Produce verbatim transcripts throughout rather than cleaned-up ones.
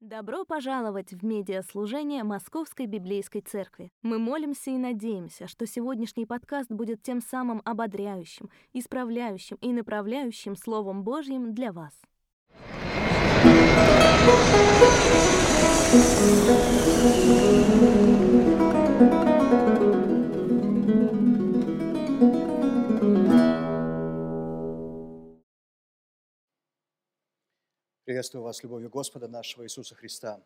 Добро пожаловать в медиаслужение Московской Библейской Церкви. Мы молимся и надеемся, что сегодняшний подкаст будет тем самым ободряющим, исправляющим и направляющим Словом Божьим для вас. Приветствую вас любовью Господа нашего Иисуса Христа.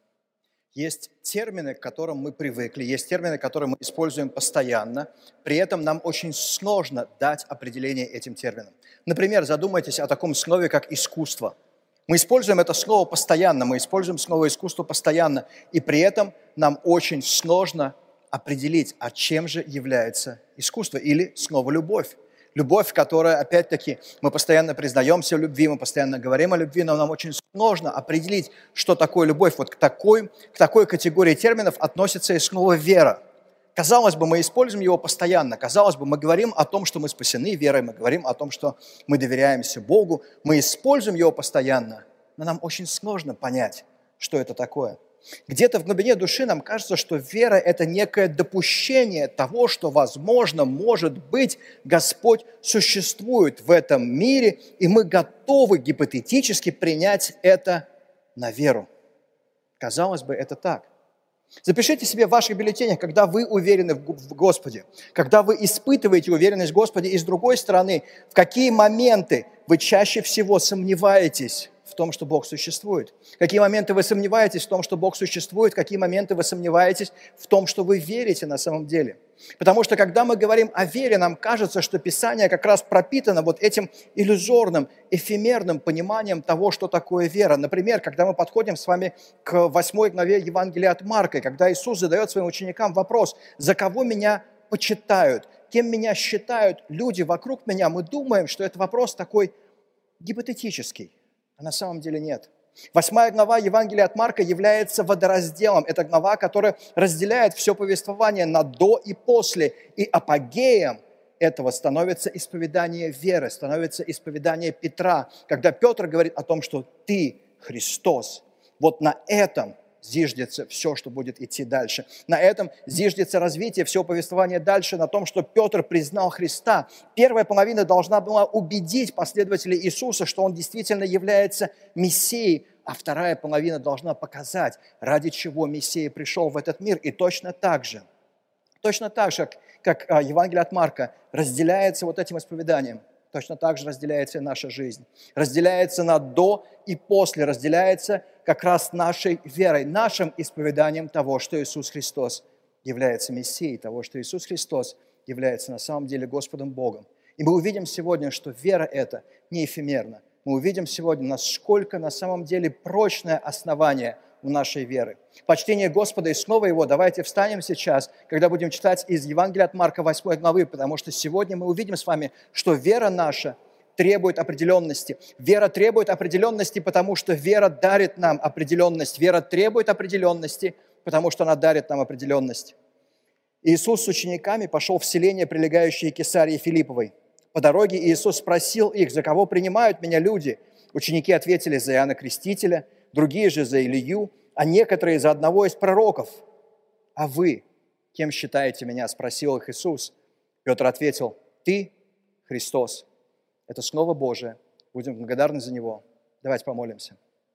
Есть термины, к которым мы привыкли, есть термины, которые мы используем постоянно, при этом нам очень сложно дать определение этим терминам. Например, задумайтесь о таком слове, как искусство. Мы используем это слово постоянно, мы используем слово искусство постоянно, и при этом нам очень сложно определить, а чем же является искусство или слово «любовь». Любовь, которая, опять-таки, мы постоянно признаемся в любви, мы постоянно говорим о любви, но нам очень сложно определить, что такое любовь. Вот к такой, к такой категории терминов относится и слово «вера». Казалось бы, мы используем его постоянно. Казалось бы, мы говорим о том, что мы спасены верой, мы говорим о том, что мы доверяемся Богу, мы используем его постоянно, но нам очень сложно понять, что это такое. Где-то в глубине души нам кажется, что вера – это некое допущение того, что, возможно, может быть, Господь существует в этом мире, и мы готовы гипотетически принять это на веру. Казалось бы, это так. Запишите себе в ваших бюллетенях, когда вы уверены в Господе, когда вы испытываете уверенность в Господе, и с другой стороны, в какие моменты вы чаще всего сомневаетесь в том, что Бог существует. Какие моменты вы сомневаетесь в том, что Бог существует, какие моменты вы сомневаетесь в том, что вы верите на самом деле. Потому что, когда мы говорим о вере, нам кажется, что Писание как раз пропитано вот этим иллюзорным, эфемерным пониманием того, что такое вера. Например, когда мы подходим с вами к восьмой главе Евангелия от Марка, когда Иисус задает своим ученикам вопрос: «За кого меня почитают? Кем меня считают люди вокруг меня?» Мы думаем, что это вопрос такой гипотетический. А на самом деле нет. Восьмая глава Евангелия от Марка является водоразделом. Это глава, которая разделяет все повествование на «до» и «после». И апогеем этого становится исповедание веры, становится исповедание Петра, когда Петр говорит о том, что «ты Христос». Вот на этом зиждется все, что будет идти дальше. На этом зиждется развитие всего повествования дальше, на том, что Петр признал Христа. Первая половина должна была убедить последователей Иисуса, что Он действительно является Мессией, а вторая половина должна показать, ради чего Мессия пришел в этот мир. И точно так же, точно так же, как Евангелие от Марка разделяется вот этим исповеданием, точно так же разделяется и наша жизнь. Разделяется на «до» и «после», разделяется как раз нашей верой, нашим исповеданием того, что Иисус Христос является Мессией, того, что Иисус Христос является на самом деле Господом Богом. И мы увидим сегодня, что вера эта не эфемерна. Мы увидим сегодня, насколько на самом деле прочное основание у нашей веры. Почтение Господа и Слова Его. Давайте встанем сейчас, когда будем читать из Евангелия от Марка восьмой главы, потому что сегодня мы увидим с вами, что вера наша требует определенности. Вера требует определенности, потому что вера дарит нам определенность. Вера требует определенности, потому что она дарит нам определенность. Иисус с учениками пошел в селение, прилегающее к Кесарии Филипповой. По дороге Иисус спросил их: «За кого принимают меня люди?» Ученики ответили: «За Иоанна Крестителя, другие же за Илию, а некоторые за одного из пророков». «А вы кем считаете меня?» – спросил их Иисус. Петр ответил: «Ты Христос». Это Слово Божие. Будем благодарны за него. Давайте помолимся.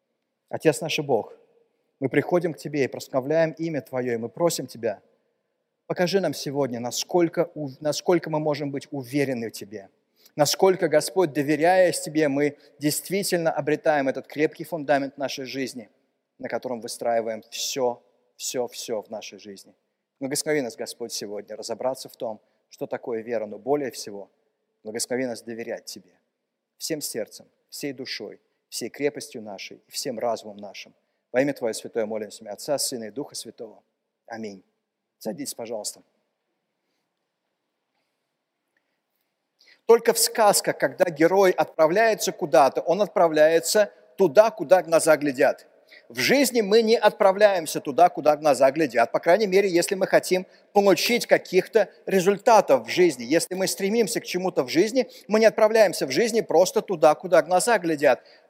Отец наш и Бог, мы приходим к Тебе и прославляем имя Твое, и мы просим Тебя, покажи нам сегодня, насколько, насколько мы можем быть уверены в Тебе, насколько, Господь, доверяясь Тебе, мы действительно обретаем этот крепкий фундамент нашей жизни, на котором выстраиваем все, все, все в нашей жизни. Благослови нас, Господь, сегодня разобраться в том, что такое вера, но более всего благослови нас доверять Тебе всем сердцем, всей душой, всей крепостью нашей и всем разумом нашим. Во имя Твое святое молимся, Отца, Сына и Духа Святого. Аминь. Садитесь, пожалуйста. Только в сказках, когда герой отправляется куда-то, он отправляется туда, куда глаза глядят. В жизни мы не отправляемся туда, куда глаза глядят. По крайней мере, если мы хотим получить каких-то результатов в жизни. Если мы стремимся к чему-то в жизни, мы не отправляемся в жизни просто туда, куда глаза глядят.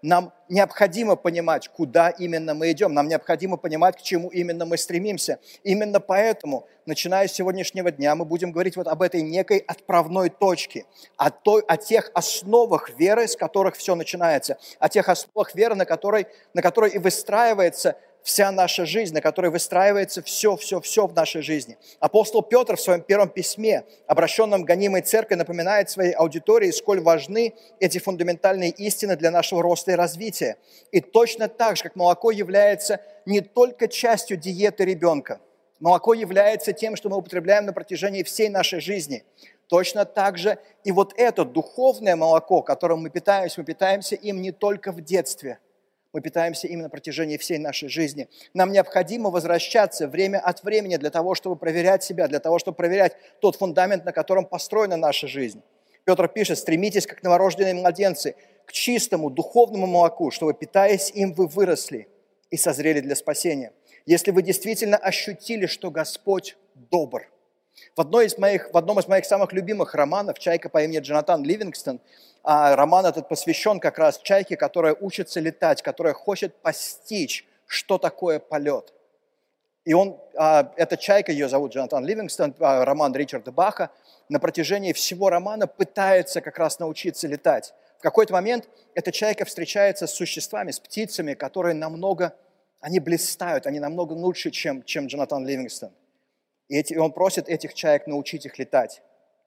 нам необходимо понимать, куда именно мы идем, нам необходимо понимать, к чему именно мы стремимся. Именно поэтому, начиная с сегодняшнего дня, мы будем говорить вот об этой некой отправной точке, о, той, о тех основах веры, с которых все начинается, о тех основах веры, на которой, на которой и выстраивается вся наша жизнь, на которой выстраивается все-все-все в нашей жизни. Апостол Петр в своем первом письме, обращенном к гонимой церкви, напоминает своей аудитории, сколь важны эти фундаментальные истины для нашего роста и развития. И точно так же, как молоко является не только частью диеты ребенка, молоко является тем, что мы употребляем на протяжении всей нашей жизни. Точно так же и вот это духовное молоко, которым мы питаемся, мы питаемся им не только в детстве. Мы питаемся им на протяжении всей нашей жизни. Нам необходимо возвращаться время от времени для того, чтобы проверять себя, для того, чтобы проверять тот фундамент, на котором построена наша жизнь. Петр пишет: «Стремитесь, как новорожденные младенцы, к чистому духовному молоку, чтобы, питаясь им, вы выросли и созрели для спасения. Если вы действительно ощутили, что Господь добр». В, одной из моих, в одном из моих самых любимых романов «Чайка по имени Джонатан Ливингстон», а роман этот посвящен как раз чайке, которая учится летать, которая хочет постичь, что такое полет. И он, а, эта чайка, ее зовут Джонатан Ливингстон, а, роман Ричарда Баха, на протяжении всего романа пытается как раз научиться летать. В какой-то момент эта чайка встречается с существами, с птицами, которые намного, они блистают, они намного лучше, чем, чем Джонатан Ливингстон. И, эти, и он просит этих чаек научить их летать.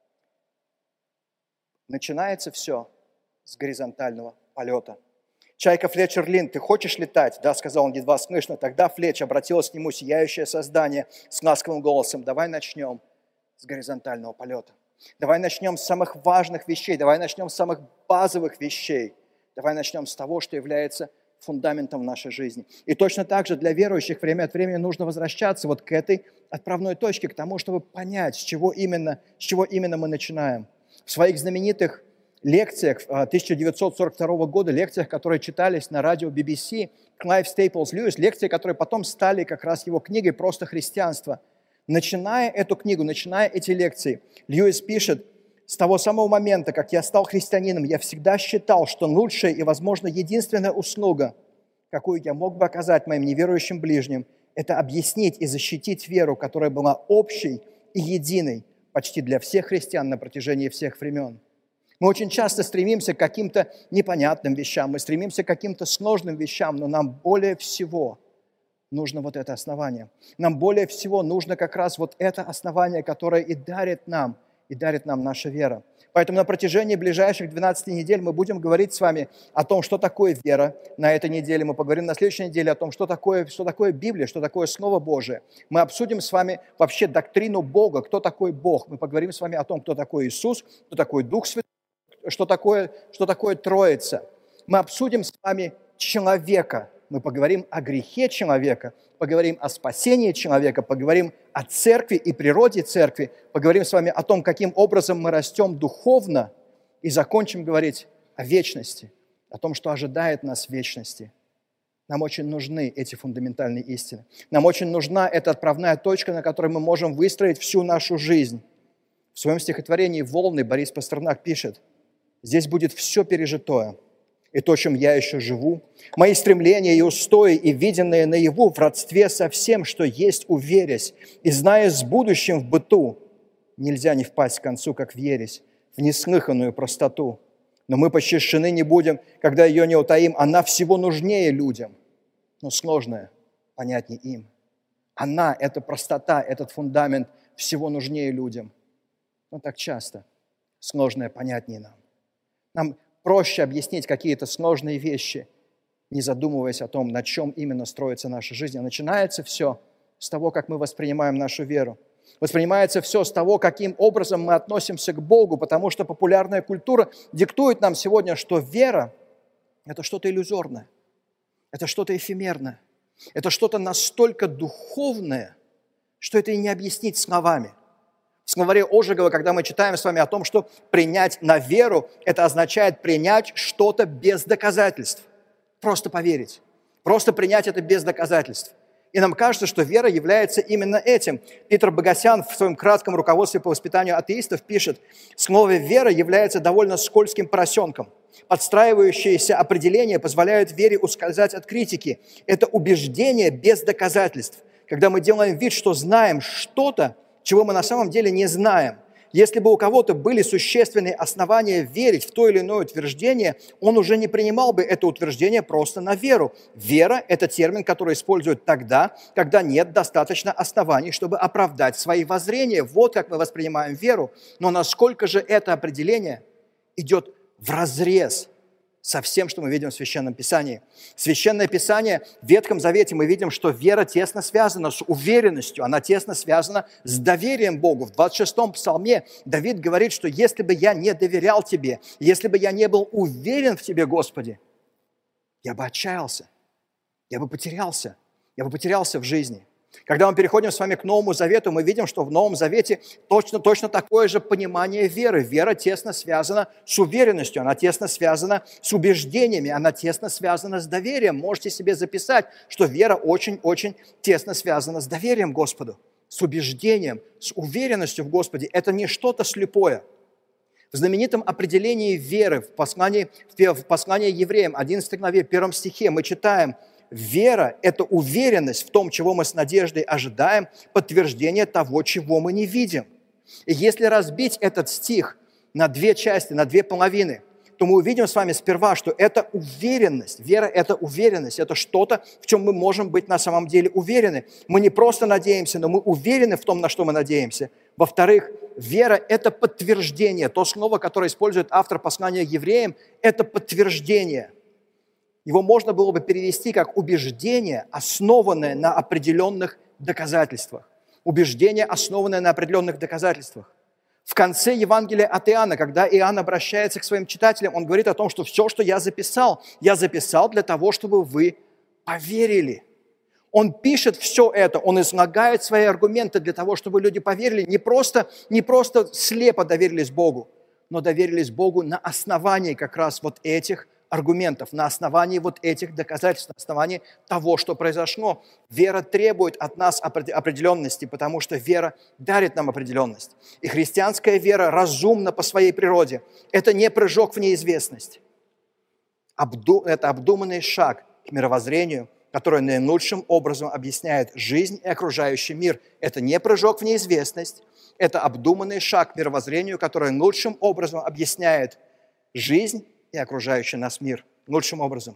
Начинается все с горизонтального полета. «Чайка Флетчер Линд, ты хочешь летать?» «Да», — сказал он едва слышно. Тогда Флетч обратилась к нему сияющее создание с ласковым голосом: «Давай начнем с горизонтального полета. Давай начнем с самых важных вещей, давай начнем с самых базовых вещей. Давай начнем с того, что является фундаментом нашей жизни». И точно так же для верующих время от времени нужно возвращаться вот к этой отправной точке, к тому, чтобы понять, с чего именно, с чего именно мы начинаем. В своих знаменитых лекциях тысяча девятьсот сорок второго года, лекциях, которые читались на радио би би си, Клайв Стейплс Льюис, лекции, которые потом стали как раз его книгой «Просто христианство». Начиная эту книгу, начиная эти лекции, Льюис пишет: «С того самого момента, как я стал христианином, я всегда считал, что лучшая и, возможно, единственная услуга, какую я мог бы оказать моим неверующим ближним, это объяснить и защитить веру, которая была общей и единой почти для всех христиан на протяжении всех времен». Мы очень часто стремимся к каким-то непонятным вещам, мы стремимся к каким-то сложным вещам, но нам более всего нужно вот это основание. Нам более всего нужно как раз вот это основание, которое и дарит нам, и дарит нам наша вера. Поэтому на протяжении ближайших двенадцати недель мы будем говорить с вами о том, что такое вера. На этой неделе мы поговорим на следующей неделе о том, что такое, что такое Библия, что такое Слово Божие. Мы обсудим с вами вообще доктрину Бога, кто такой Бог. Мы поговорим с вами о том, кто такой Иисус, кто такой Дух Святой, что такое, что такое Троица. Мы обсудим с вами человека. Мы поговорим о грехе человека, поговорим о спасении человека, поговорим о церкви и природе церкви, поговорим с вами о том, каким образом мы растем духовно, и закончим говорить о вечности, о том, что ожидает нас в вечности. Нам очень нужны эти фундаментальные истины. Нам очень нужна эта отправная точка, на которой мы можем выстроить всю нашу жизнь. В своем стихотворении «Волны» Борис Пастернак пишет: «Здесь будет все пережитое, и то, чем я еще живу, мои стремления и устои, и виденные наяву в родстве со всем, что есть, уверясь, и зная с будущим в быту, нельзя не впасть к концу, как в ересь, в неслыханную простоту. Но мы пощашены не будем, когда ее не утаим, она всего нужнее людям, но сложная, понятнее им. Она, эта простота, этот фундамент всего нужнее людям, но так часто сложное понятнее нам. Нам проще объяснить какие-то сложные вещи, не задумываясь о том, на чем именно строится наша жизнь. А начинается все с того, как мы воспринимаем нашу веру. Воспринимается все с того, каким образом мы относимся к Богу, потому что популярная культура диктует нам сегодня, что вера – это что-то иллюзорное, это что-то эфемерное, это что-то настолько духовное, что это и не объяснить словами. В словаре Ожегова, когда мы читаем с вами о том, что принять на веру, это означает принять что-то без доказательств. Просто поверить. Просто принять это без доказательств. И нам кажется, что вера является именно этим. Питер Богосян в своем кратком руководстве по воспитанию атеистов пишет: «Слово «вера» является довольно скользким поросенком. Подстраивающиеся определения позволяют вере ускользать от критики. Это убеждение без доказательств, когда мы делаем вид, что знаем что-то, чего мы на самом деле не знаем. Если бы у кого-то были существенные основания верить в то или иное утверждение, он уже не принимал бы это утверждение просто на веру. Вера – это термин, который используют тогда, когда нет достаточно оснований, чтобы оправдать свои воззрения. Вот как мы воспринимаем веру. Но насколько же это определение идет вразрез со всем, что мы видим в Священном Писании. Священное Писание в Ветхом Завете мы видим, что вера тесно связана с уверенностью, она тесно связана с доверием Богу. В двадцать шестом Псалме Давид говорит, что если бы я не доверял Тебе, если бы я не был уверен в Тебе, Господи, я бы отчаялся, я бы потерялся, я бы потерялся в жизни. Когда мы переходим с вами к Новому Завету, мы видим, что в Новом Завете точно, точно такое же понимание веры. Вера тесно связана с уверенностью, она тесно связана с убеждениями, она тесно связана с доверием. Можете себе записать, что вера очень-очень тесно связана с доверием Господу, с убеждением, с уверенностью в Господе. Это не что-то слепое. В знаменитом определении веры в послании, в послании евреям, одиннадцатой главе, первом стихе мы читаем: вера – это уверенность в том, чего мы с надеждой ожидаем, подтверждение того, чего мы не видим. И если разбить этот стих на две части, на две половины, то мы увидим с вами сперва, что это уверенность. Вера – это уверенность, это что-то, в чем мы можем быть на самом деле уверены. Мы не просто надеемся, но мы уверены в том, на что мы надеемся. Во-вторых, вера – это подтверждение. То слово, которое использует автор послания евреям, это подтверждение. Его можно было бы перевести как убеждение, основанное на определенных доказательствах. Убеждение, основанное на определенных доказательствах. В конце Евангелия от Иоанна, когда Иоанн обращается к своим читателям, он говорит о том, что все, что я записал, я записал для того, чтобы вы поверили. Он пишет все это, он излагает свои аргументы для того, чтобы люди поверили, не просто, не просто слепо доверились Богу, но доверились Богу на основании как раз вот этих аргументов, на основании вот этих доказательств, на основании того, что произошло. Вера требует от нас определенности, потому что вера дарит нам определенность. И христианская вера разумна по своей природе. Это не прыжок в неизвестность. Это обдуманный шаг к мировоззрению, которое наилучшим образом объясняет жизнь и окружающий мир. Это не прыжок в неизвестность, это обдуманный шаг к мировоззрению, которое лучшим образом объясняет жизнь и окружающий нас мир лучшим образом.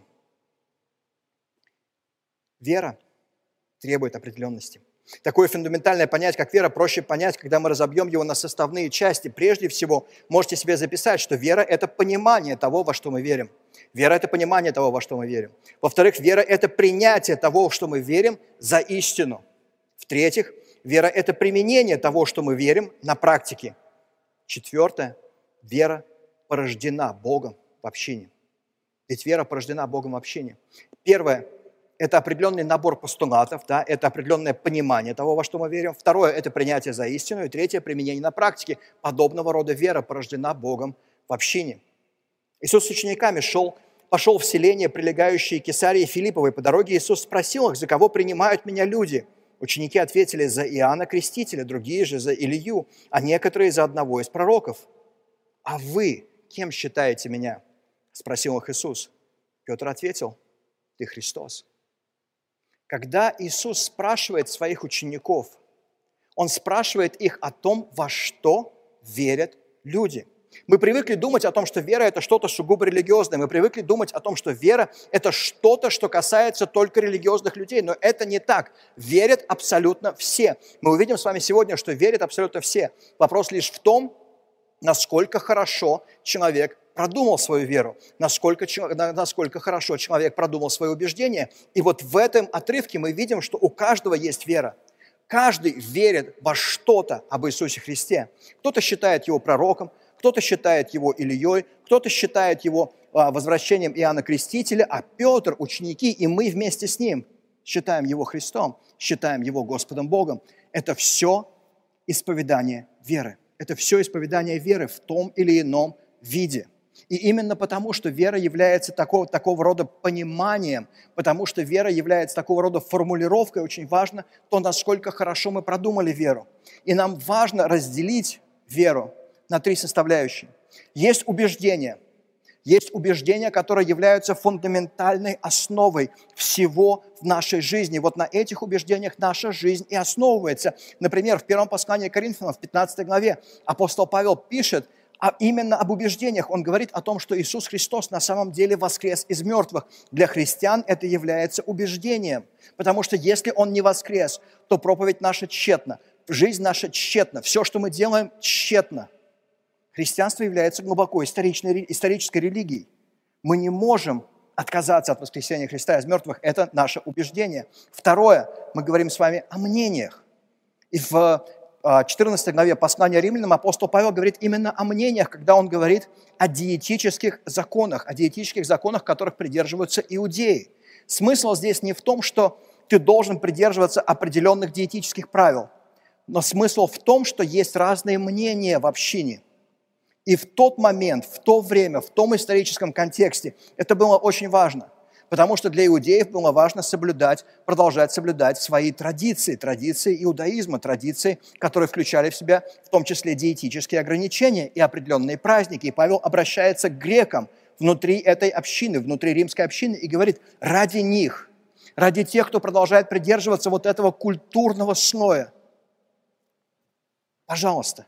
Вера требует определенности. Такое фундаментальное понятие, как вера, проще понять, когда мы разобьем его на составные части. Прежде всего, можете себе записать, что вера – это понимание того, во что мы верим. Вера – это понимание того, во что мы верим. Во-вторых, вера – это принятие того, что мы верим, за истину. В-третьих, вера – это применение того, что мы верим, на практике. Четвертое, вера порождена Богом в общении. Ведь вера порождена Богом в общении. Первое – это определенный набор постулатов, да, это определенное понимание того, во что мы верим. Второе – это принятие за истину. И третье – применение на практике. Подобного рода вера порождена Богом в общении. Иисус с учениками шел, пошел в селение, прилегающее к Кесарии Филипповой. По дороге Иисус спросил их: «За кого принимают меня люди?» Ученики ответили: «За Иоанна Крестителя, другие же за Илью, а некоторые за одного из пророков». «А вы кем считаете меня?» – спросил их Иисус. Петр ответил: «Ты Христос». Когда Иисус спрашивает своих учеников, Он спрашивает их о том, во что верят люди. Мы привыкли думать о том, что вера – это что-то сугубо религиозное. Мы привыкли думать о том, что вера – это что-то, что касается только религиозных людей. Но это не так. Верят абсолютно все. Мы увидим с вами сегодня, что верят абсолютно все. Вопрос лишь в том, насколько хорошо человек продумал свою веру, насколько, насколько хорошо человек продумал свои убеждения. И вот в этом отрывке мы видим, что у каждого есть вера. Каждый верит во что-то об Иисусе Христе. Кто-то считает его пророком, кто-то считает его Ильей, кто-то считает его возвращением Иоанна Крестителя, а Петр, ученики и мы вместе с ним считаем его Христом, считаем его Господом Богом. Это все исповедание веры. Это все исповедание веры в том или ином виде. И именно потому, что вера является такого, такого рода пониманием, потому что вера является такого рода формулировкой, очень важно то, насколько хорошо мы продумали веру. И нам важно разделить веру на три составляющие. Есть убеждения. Есть убеждения, которые являются фундаментальной основой всего в нашей жизни. Вот на этих убеждениях наша жизнь и основывается. Например, в первом послании к Коринфянам, в пятнадцатой главе, апостол Павел пишет а именно об убеждениях. Он говорит о том, что Иисус Христос на самом деле воскрес из мертвых. Для христиан это является убеждением. Потому что если Он не воскрес, то проповедь наша тщетна, жизнь наша тщетна, все, что мы делаем, тщетно. Христианство является глубоко исторической, исторической религией. Мы не можем отказаться от воскресения Христа из мертвых. Это наше убеждение. Второе, мы говорим с вами о мнениях. И в четырнадцатой главе послания Римлянам апостол Павел говорит именно о мнениях, когда он говорит о диетических законах, о диетических законах, которых придерживаются иудеи. Смысл здесь не в том, что ты должен придерживаться определенных диетических правил, но смысл в том, что есть разные мнения в общине. И в тот момент, в то время, в том историческом контексте это было очень важно, потому что для иудеев было важно соблюдать, продолжать соблюдать свои традиции, традиции иудаизма, традиции, которые включали в себя в том числе диетические ограничения и определенные праздники. И Павел обращается к грекам внутри этой общины, внутри римской общины и говорит: ради них, ради тех, кто продолжает придерживаться вот этого культурного слоя, пожалуйста,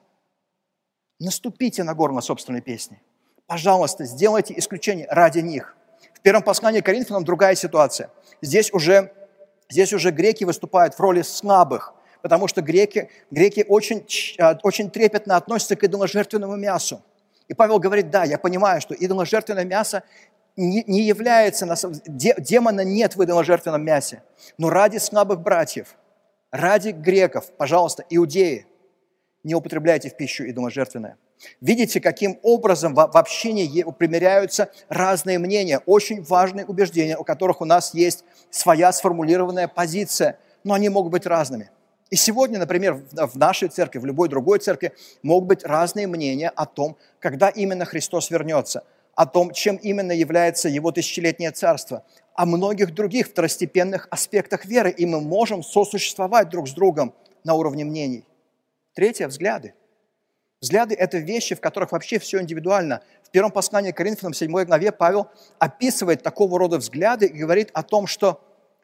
наступите на горло собственной песни. Пожалуйста, сделайте исключение ради них. В первом послании к Коринфянам другая ситуация. Здесь уже, здесь уже греки выступают в роли слабых, потому что греки, греки очень, очень трепетно относятся к идоложертвенному мясу. И Павел говорит: да, я понимаю, что идоложертвенное мясо не, не является, демона нет в идоложертвенном мясе, но ради слабых братьев, ради греков, пожалуйста, иудеи, не употребляйте в пищу идоложертвенное. Видите, каким образом в общине примиряются разные мнения, очень важные убеждения, у которых у нас есть своя сформулированная позиция, но они могут быть разными. И сегодня, например, в нашей церкви, в любой другой церкви могут быть разные мнения о том, когда именно Христос вернется, о том, чем именно является Его тысячелетнее царство, о многих других второстепенных аспектах веры, и мы можем сосуществовать друг с другом на уровне мнений. Третье – взгляды. Взгляды – это вещи, в которых вообще все индивидуально. В первом послании к Коринфянам, в седьмой главе, Павел описывает такого рода взгляды и говорит о том, что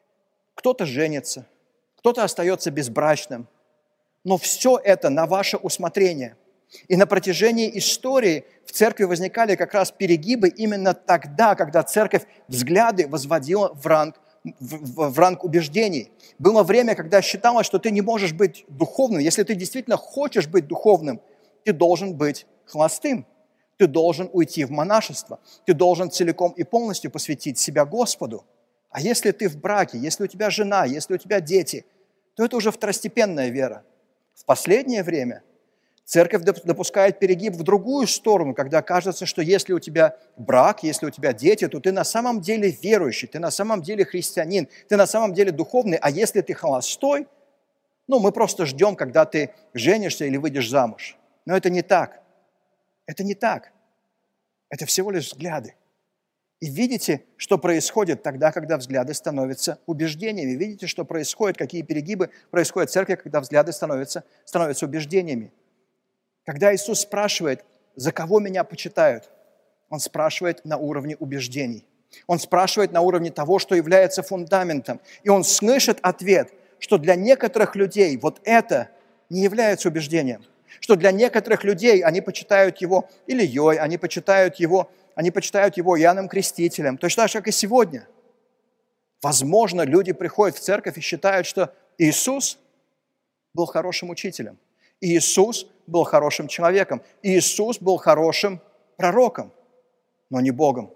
кто-то женится, кто-то остается безбрачным, но все это на ваше усмотрение. И на протяжении истории в церкви возникали как раз перегибы именно тогда, когда церковь взгляды возводила в ранг В, в, в ранг убеждений. Было время, когда считалось, что ты не можешь быть духовным. Если ты действительно хочешь быть духовным, ты должен быть холостым. Ты должен уйти в монашество. Ты должен целиком и полностью посвятить себя Господу. А если ты в браке, если у тебя жена, если у тебя дети, то это уже второстепенная вера. В последнее время церковь допускает перегиб в другую сторону, когда кажется, что если у тебя брак, если у тебя дети, то ты на самом деле верующий, ты на самом деле христианин, ты на самом деле духовный, а если ты холостой, ну, мы просто ждем, когда ты женишься или выйдешь замуж. Но это не так. Это не так. Это всего лишь взгляды. И видите, что происходит тогда, когда взгляды становятся убеждениями. Видите, что происходит, какие перегибы происходят в церкви, когда взгляды становятся, становятся убеждениями. Когда Иисус спрашивает, за кого меня почитают, Он спрашивает на уровне убеждений. Он спрашивает на уровне того, что является фундаментом. И Он слышит ответ, что для некоторых людей вот это не является убеждением. Что для некоторых людей они почитают Его Ильей, они почитают Его, они почитают Его Иоанном Крестителем. Точно так же, как и сегодня. Возможно, люди приходят в церковь и считают, что Иисус был хорошим учителем. Иисус был хорошим человеком. Иисус был хорошим пророком, но не Богом.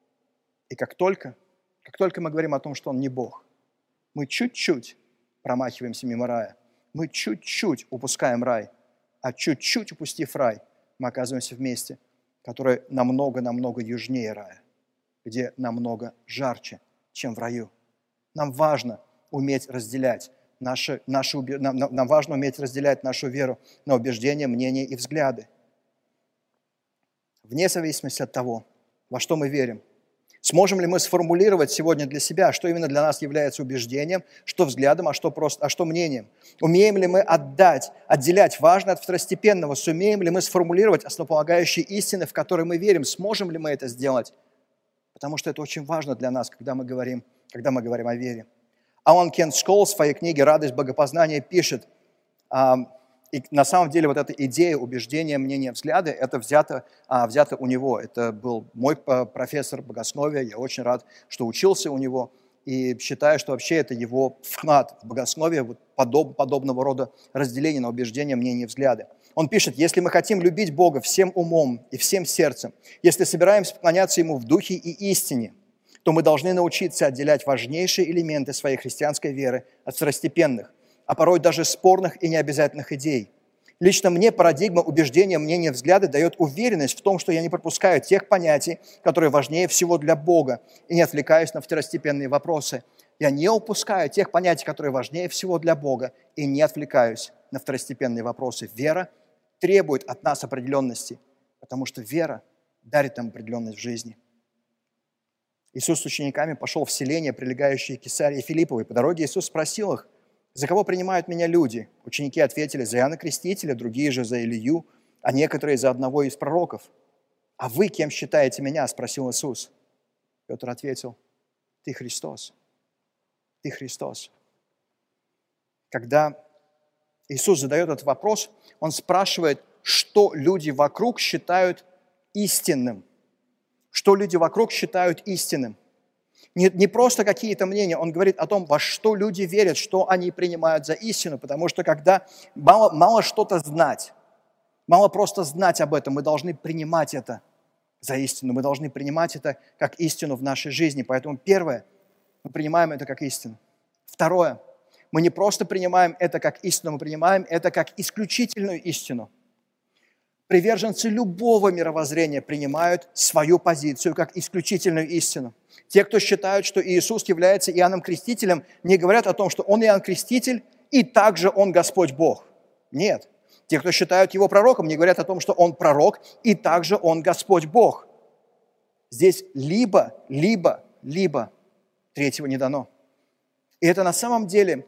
И как только, как только мы говорим о том, что Он не Бог, мы чуть-чуть промахиваемся мимо рая. Мы чуть-чуть упускаем рай. А чуть-чуть упустив рай, мы оказываемся в месте, которое намного-намного южнее рая, где намного жарче, чем в раю. Нам важно уметь разделять Наши, наши, нам, нам важно уметь разделять нашу веру на убеждения, мнения и взгляды. вне зависимости от того, во что мы верим. Сможем ли мы сформулировать сегодня для себя, что именно для нас является убеждением, что взглядом, а что просто, а что мнением? Умеем ли мы отдать, отделять важное от второстепенного? Сумеем ли мы сформулировать основополагающие истины, в которые мы верим? Сможем ли мы это сделать? Потому что это очень важно для нас, когда мы говорим, когда мы говорим о вере. Алан Кент Сколл в своей книге «Радость богопознания» пишет, и на самом деле вот эта идея убеждения, мнения, взгляды, это взято, а, взято у него. Это был мой профессор богословия, я очень рад, что учился у него, и считаю, что вообще это его вклад в богословие, вот подоб, подобного рода разделение на убеждения, мнения, взгляды. Он пишет: если мы хотим любить Бога всем умом и всем сердцем, если собираемся поклоняться Ему в духе и истине, то мы должны научиться отделять важнейшие элементы своей христианской веры от второстепенных, а порой даже спорных и необязательных идей. Лично мне парадигма убеждения, мнения, взгляды дает уверенность в том, что я не пропускаю тех понятий, которые важнее всего для Бога, и не отвлекаюсь на второстепенные вопросы. Я не упускаю тех понятий, которые важнее всего для Бога, и не отвлекаюсь на второстепенные вопросы. Вера требует от нас определенности, потому что вера дарит нам определенность в жизни. Иисус с учениками пошел в селение, прилегающее к Кесарии Филипповой. По дороге Иисус спросил их: «За кого принимают меня люди?» Ученики ответили: «За Иоанна Крестителя, другие же за Илью, а некоторые за одного из пророков». «А вы кем считаете меня?» – спросил Иисус. Петр ответил: «Ты Христос, ты Христос». Когда Иисус задает этот вопрос, Он спрашивает, что люди вокруг считают истинным. Что люди вокруг считают истинным. Не, не просто какие-то мнения, Он говорит о том, во что люди верят, что они принимают за истину, потому что когда мало, мало что-то знать, мало просто знать об этом, мы должны принимать это за истину, мы должны принимать это как истину в нашей жизни. Поэтому первое, мы принимаем это как истину. Второе, мы не просто принимаем это как истину, мы принимаем это как исключительную истину. Приверженцы любого мировоззрения принимают свою позицию как исключительную истину. Те, кто считают, что Иисус является Иоанном Крестителем, не говорят о том, что Он Иоанн Креститель, и также Он Господь Бог. Нет. Те, кто считают Его пророком, не говорят о том, что Он пророк, и также Он Господь Бог. Здесь либо, либо, либо третьего не дано. И это на самом деле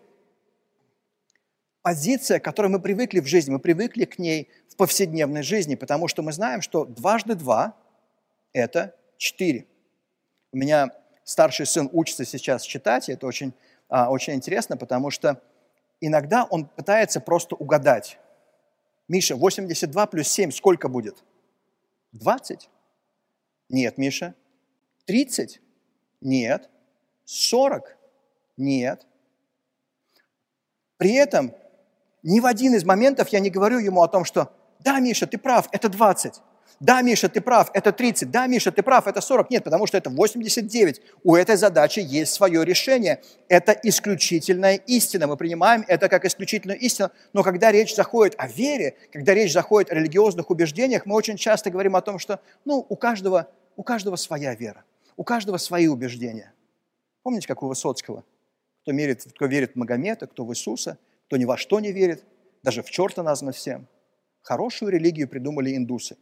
позиция, к которой мы привыкли в жизни, мы привыкли к ней в повседневной жизни, потому что мы знаем, что дважды два – это четыре. У меня старший сын учится сейчас читать, и это очень, а, очень интересно, потому что иногда он пытается просто угадать. Миша, восемьдесят два плюс семь сколько будет? двадцать? Нет, Миша. тридцать? Нет. сорок? Нет. При этом ни в один из моментов я не говорю ему о том, что «Да, Миша, ты прав, это двадцать». «Да, Миша, ты прав, это тридцать». «Да, Миша, ты прав, это сорок». Нет, потому что это восемьдесят девять. У этой задачи есть свое решение. Это исключительная истина. Мы принимаем это как исключительную истину. Но когда речь заходит о вере, когда речь заходит о религиозных убеждениях, мы очень часто говорим о том, что ну, у каждого, у каждого своя вера, у каждого свои убеждения. Помните, как у Высоцкого? Кто, мерит, кто верит в Магомета, кто в Иисуса, кто ни во что не верит, даже в черта названо всем. Хорошую религию придумали индусы.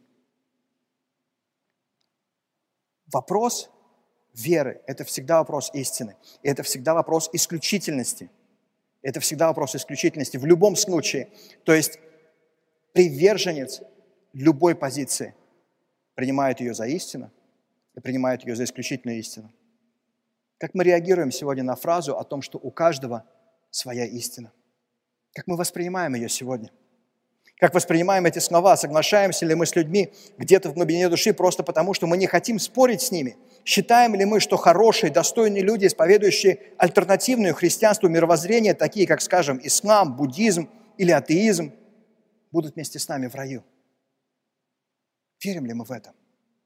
Вопрос веры – это всегда вопрос истины. И это всегда вопрос исключительности. Это всегда вопрос исключительности в любом случае. То есть приверженец любой позиции принимает ее за истину и принимает ее за исключительную истину. Как мы реагируем сегодня на фразу о том, что у каждого своя истина? Как мы воспринимаем ее сегодня? Как воспринимаем эти слова? Соглашаемся ли мы с людьми где-то в глубине души просто потому, что мы не хотим спорить с ними? Считаем ли мы, что хорошие, достойные люди, исповедующие альтернативную христианству мировоззрение, такие как, скажем, ислам, буддизм или атеизм, будут вместе с нами в раю? Верим ли мы в это?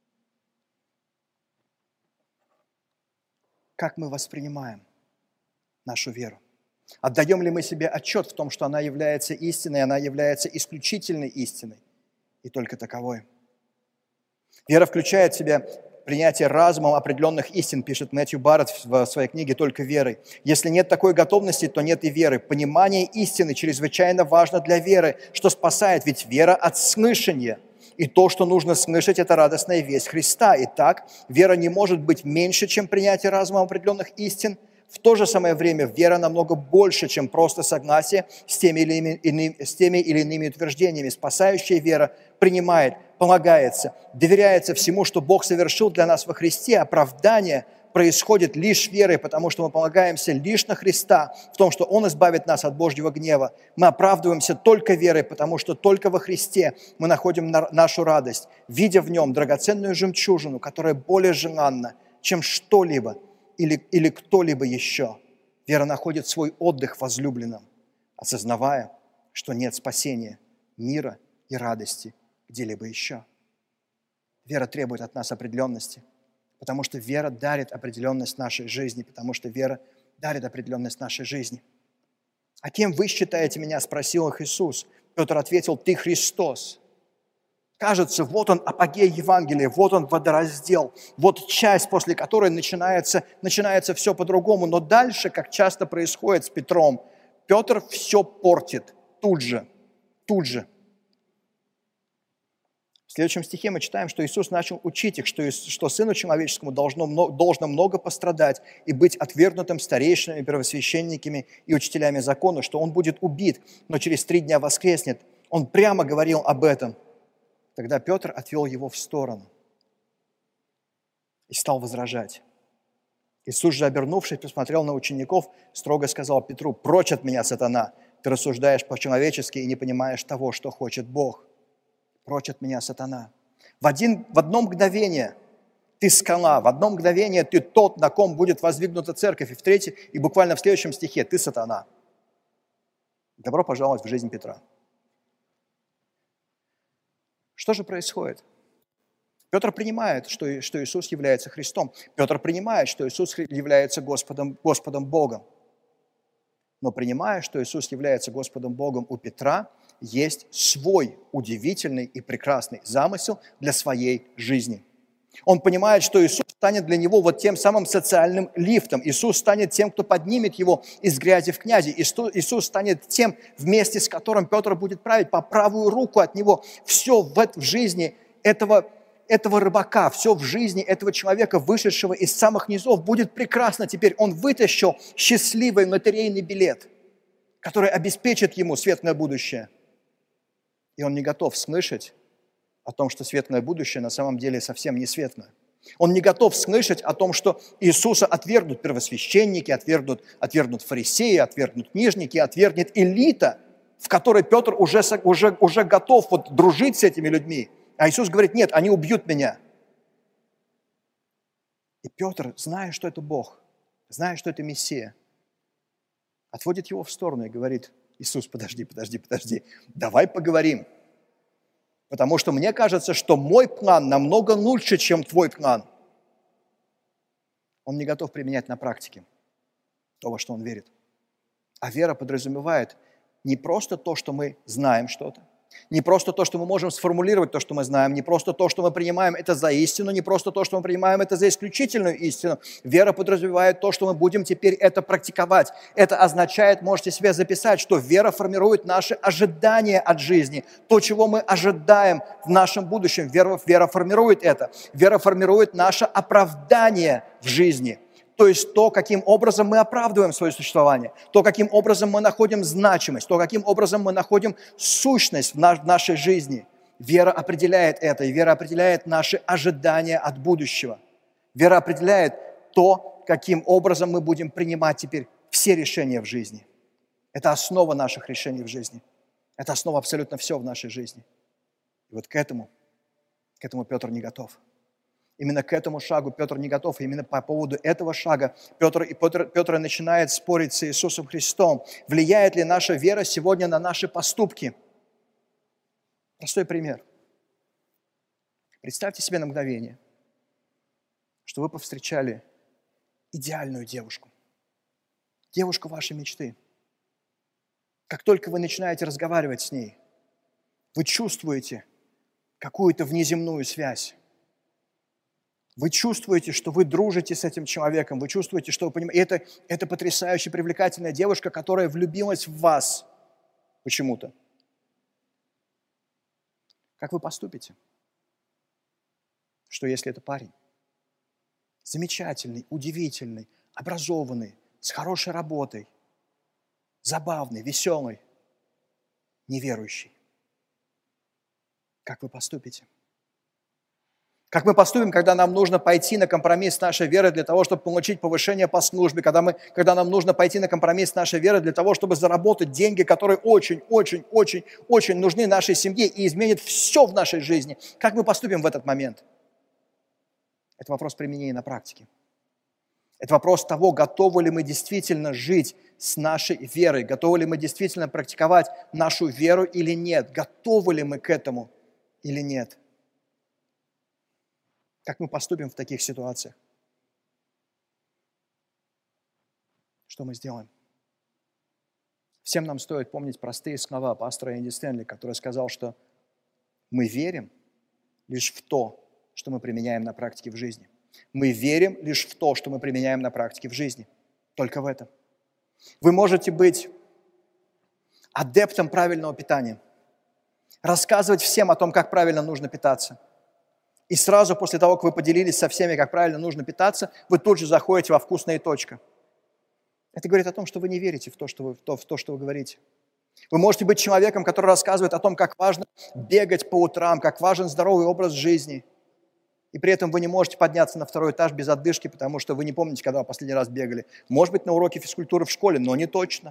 Как мы воспринимаем нашу веру? Отдаем ли мы себе отчет в том, что она является истиной, она является исключительной истиной и только таковой? Вера включает в себя принятие разумом определенных истин, пишет Мэтью Барретт в своей книге «Только верой». Если нет такой готовности, то нет и веры. Понимание истины чрезвычайно важно для веры, что спасает, ведь вера от слышания. И то, что нужно слышать, это радостная весть Христа. Итак, вера не может быть меньше, чем принятие разумом определенных истин. В то же самое время вера намного больше, чем просто согласие с теми или иными, с теми или иными утверждениями. Спасающая вера принимает, полагается, доверяется всему, что Бог совершил для нас во Христе. Оправдание происходит лишь верой, потому что мы полагаемся лишь на Христа, в том, что Он избавит нас от Божьего гнева. Мы оправдываемся только верой, потому что только во Христе мы находим нашу радость, видя в Нем драгоценную жемчужину, которая более желанна, чем что-либо или, или кто-либо еще. Вера находит свой отдых в возлюбленном, осознавая, что нет спасения, мира и радости где-либо еще. Вера требует от нас определенности, потому что вера дарит определенность нашей жизни, потому что вера дарит определенность нашей жизни. «А кем вы считаете меня?» – спросил их Иисус. Петр ответил: «Ты Христос». Кажется, вот он апогей Евангелия, вот он водораздел, вот часть, после которой начинается, начинается все по-другому. Но дальше, как часто происходит с Петром, Петр все портит тут же, тут же. В следующем стихе мы читаем, что Иисус начал учить их, что, что Сыну Человеческому должно, должно много пострадать и быть отвергнутым старейшинами, первосвященниками и учителями закона, что Он будет убит, но через три дня воскреснет. Он прямо говорил об этом. Тогда Петр отвел его в сторону и стал возражать. Иисус же, обернувшись, посмотрел на учеников, строго сказал Петру: «Прочь от меня, сатана! Ты рассуждаешь по-человечески и не понимаешь того, что хочет Бог. Прочь от меня, сатана!» В, один, в одно мгновение ты скала, в одно мгновение ты тот, на ком будет воздвигнута церковь. И в третьем, и буквально в следующем стихе ты сатана. Добро пожаловать в жизнь Петра. Что же происходит? Петр принимает, что, что Иисус является Христом. Петр принимает, что Иисус является Господом, Господом Богом. Но принимая, что Иисус является Господом Богом, у Петра есть свой удивительный и прекрасный замысел для своей жизни. Он понимает, что Иисус станет для него вот тем самым социальным лифтом. Иисус станет тем, кто поднимет его из грязи в князи. Иисус станет тем, вместе с которым Петр будет править по правую руку от него. Все в жизни этого, этого рыбака, все в жизни этого человека, вышедшего из самых низов, будет прекрасно теперь. Он вытащил счастливый лотерейный билет, который обеспечит ему светлое будущее. И он не готов слышать о том, что светлое будущее на самом деле совсем не светлое. Он не готов слышать о том, что Иисуса отвергнут первосвященники, отвергнут, отвергнут фарисеи, отвергнут книжники, отвергнет элита, в которой Петр уже, уже, уже готов вот дружить с этими людьми. А Иисус говорит: нет, они убьют меня. И Петр, зная, что это Бог, зная, что это Мессия, отводит его в сторону и говорит: Иисус, подожди, подожди, подожди, давай поговорим. Потому что мне кажется, что мой план намного лучше, чем твой план. Он не готов применять на практике то, во что он верит. А вера подразумевает не просто то, что мы знаем что-то, не просто то, что мы можем сформулировать то, что мы знаем, не просто то, что мы принимаем это за истину, не просто то, что мы принимаем это за исключительную истину. Вера подразумевает то, что мы будем теперь это практиковать. Это означает, можете себе записать, что вера формирует наши ожидания от жизни, то, чего мы ожидаем в нашем будущем. Вера, вера формирует это. Вера формирует наше оправдание в жизни. То есть то, каким образом мы оправдываем свое существование, то, каким образом мы находим значимость, то, каким образом мы находим сущность в нашей жизни. Вера определяет это, и вера определяет наши ожидания от будущего. Вера определяет то, каким образом мы будем принимать теперь все решения в жизни. Это основа наших решений в жизни. Это основа абсолютно все в нашей жизни. И вот к этому, к этому Петр не готов. Именно к этому шагу Петр не готов. И именно по поводу этого шага Петр, и Петр, Петр начинает спорить с Иисусом Христом. Влияет ли наша вера сегодня на наши поступки? Простой пример. Представьте себе на мгновение, что вы повстречали идеальную девушку. Девушку вашей мечты. Как только вы начинаете разговаривать с ней, вы чувствуете какую-то внеземную связь. Вы чувствуете, что вы дружите с этим человеком, вы чувствуете, что вы понимаете. Это, это потрясающе привлекательная девушка, которая влюбилась в вас почему-то. Как вы поступите? Что если это парень? Замечательный, удивительный, образованный, с хорошей работой, забавный, веселый, неверующий. Как вы поступите? Как мы поступим, когда нам нужно пойти на компромисс с нашей верой для того, чтобы получить повышение по службе, когда, мы, когда нам нужно пойти на компромисс с нашей верой для того, чтобы заработать деньги, которые очень, очень, очень, очень нужны нашей семье и изменят все в нашей жизни. Как мы поступим в этот момент? Это вопрос применения на практике. Это вопрос того, готовы ли мы действительно жить с нашей верой, готовы ли мы действительно практиковать нашу веру или нет, готовы ли мы к этому или нет. Как мы поступим в таких ситуациях? Что мы сделаем? Всем нам стоит помнить простые слова пастора Энди Стэнли, который сказал, что мы верим лишь в то, что мы применяем на практике в жизни. Мы верим лишь в то, что мы применяем на практике в жизни. Только в этом. Вы можете быть адептом правильного питания, рассказывать всем о том, как правильно нужно питаться. И сразу после того, как вы поделились со всеми, как правильно нужно питаться, вы тут же заходите во «Вкусная точка». Это говорит о том, что вы не верите в то, что вы, в то, в то, что вы говорите. Вы можете быть человеком, который рассказывает о том, как важно бегать по утрам, как важен здоровый образ жизни. И при этом вы не можете подняться на второй этаж без отдышки, потому что вы не помните, когда вы последний раз бегали. Может быть, на уроке физкультуры в школе, но не точно.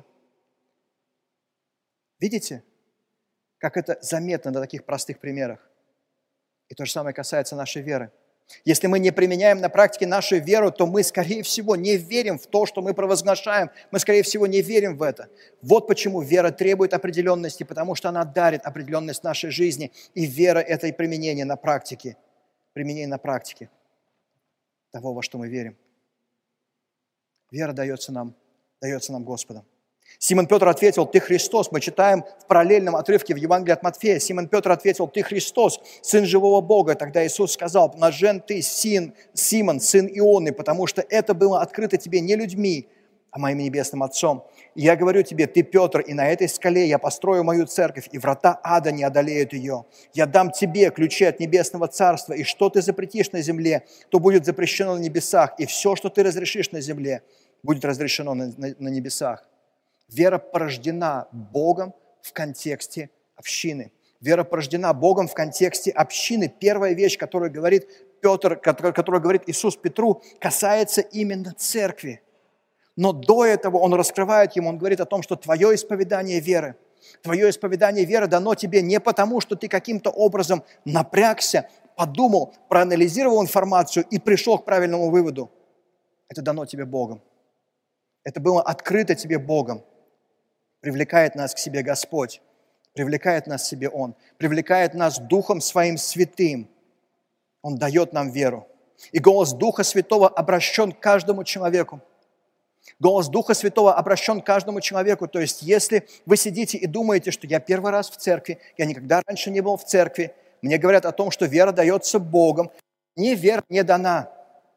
Видите, как это заметно на таких простых примерах? И то же самое касается нашей веры. Если мы не применяем на практике нашу веру, то мы, скорее всего, не верим в то, что мы провозглашаем. Мы, скорее всего, не верим в это. Вот почему вера требует определенности, потому что она дарит определенность нашей жизни. И вера – это и применение на практике. Применение на практике того, во что мы верим. Вера дается нам, дается нам Господом. Симон Петр ответил: «Ты Христос». Мы читаем в параллельном отрывке в Евангелии от Матфея. Симон Петр ответил: «Ты Христос, Сын живого Бога». Тогда Иисус сказал: «Блажен ты, Син, Симон, сын Ионы, потому что это было открыто тебе не людьми, а моим небесным Отцом. И я говорю тебе, ты Петр, и на этой скале я построю мою церковь, и врата ада не одолеют ее. Я дам тебе ключи от небесного царства, и что ты запретишь на земле, то будет запрещено на небесах, и все, что ты разрешишь на земле, будет разрешено на, на, на небесах». Вера порождена Богом в контексте общины. Вера порождена Богом в контексте общины. Первая вещь, которую говорит Петр, которую говорит Иисус Петру, касается именно церкви. Но до этого он раскрывает ему, он говорит о том, что твое исповедание веры, твое исповедание веры дано тебе не потому, что ты каким-то образом напрягся, подумал, проанализировал информацию и пришел к правильному выводу. Это дано тебе Богом. Это было открыто тебе Богом. Привлекает нас к себе Господь, привлекает нас к себе Он, привлекает нас Духом Своим Святым. Он дает нам веру. И голос Духа Святого обращен к каждому человеку. Голос Духа Святого обращен к каждому человеку. То есть, если вы сидите и думаете, что я первый раз в церкви, я никогда раньше не был в церкви, мне говорят о том, что вера дается Богом, мне вера не дана.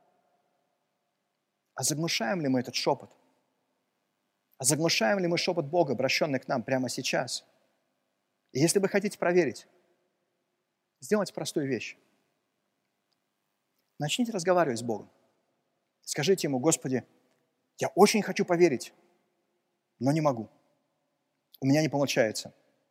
А заглушаем ли мы этот шепот? А заглушаем ли мы шепот Бога, обращенный к нам прямо сейчас? И если вы хотите проверить, сделайте простую вещь. Начните разговаривать с Богом. Скажите Ему: Господи, я очень хочу поверить, но не могу. У меня не получается.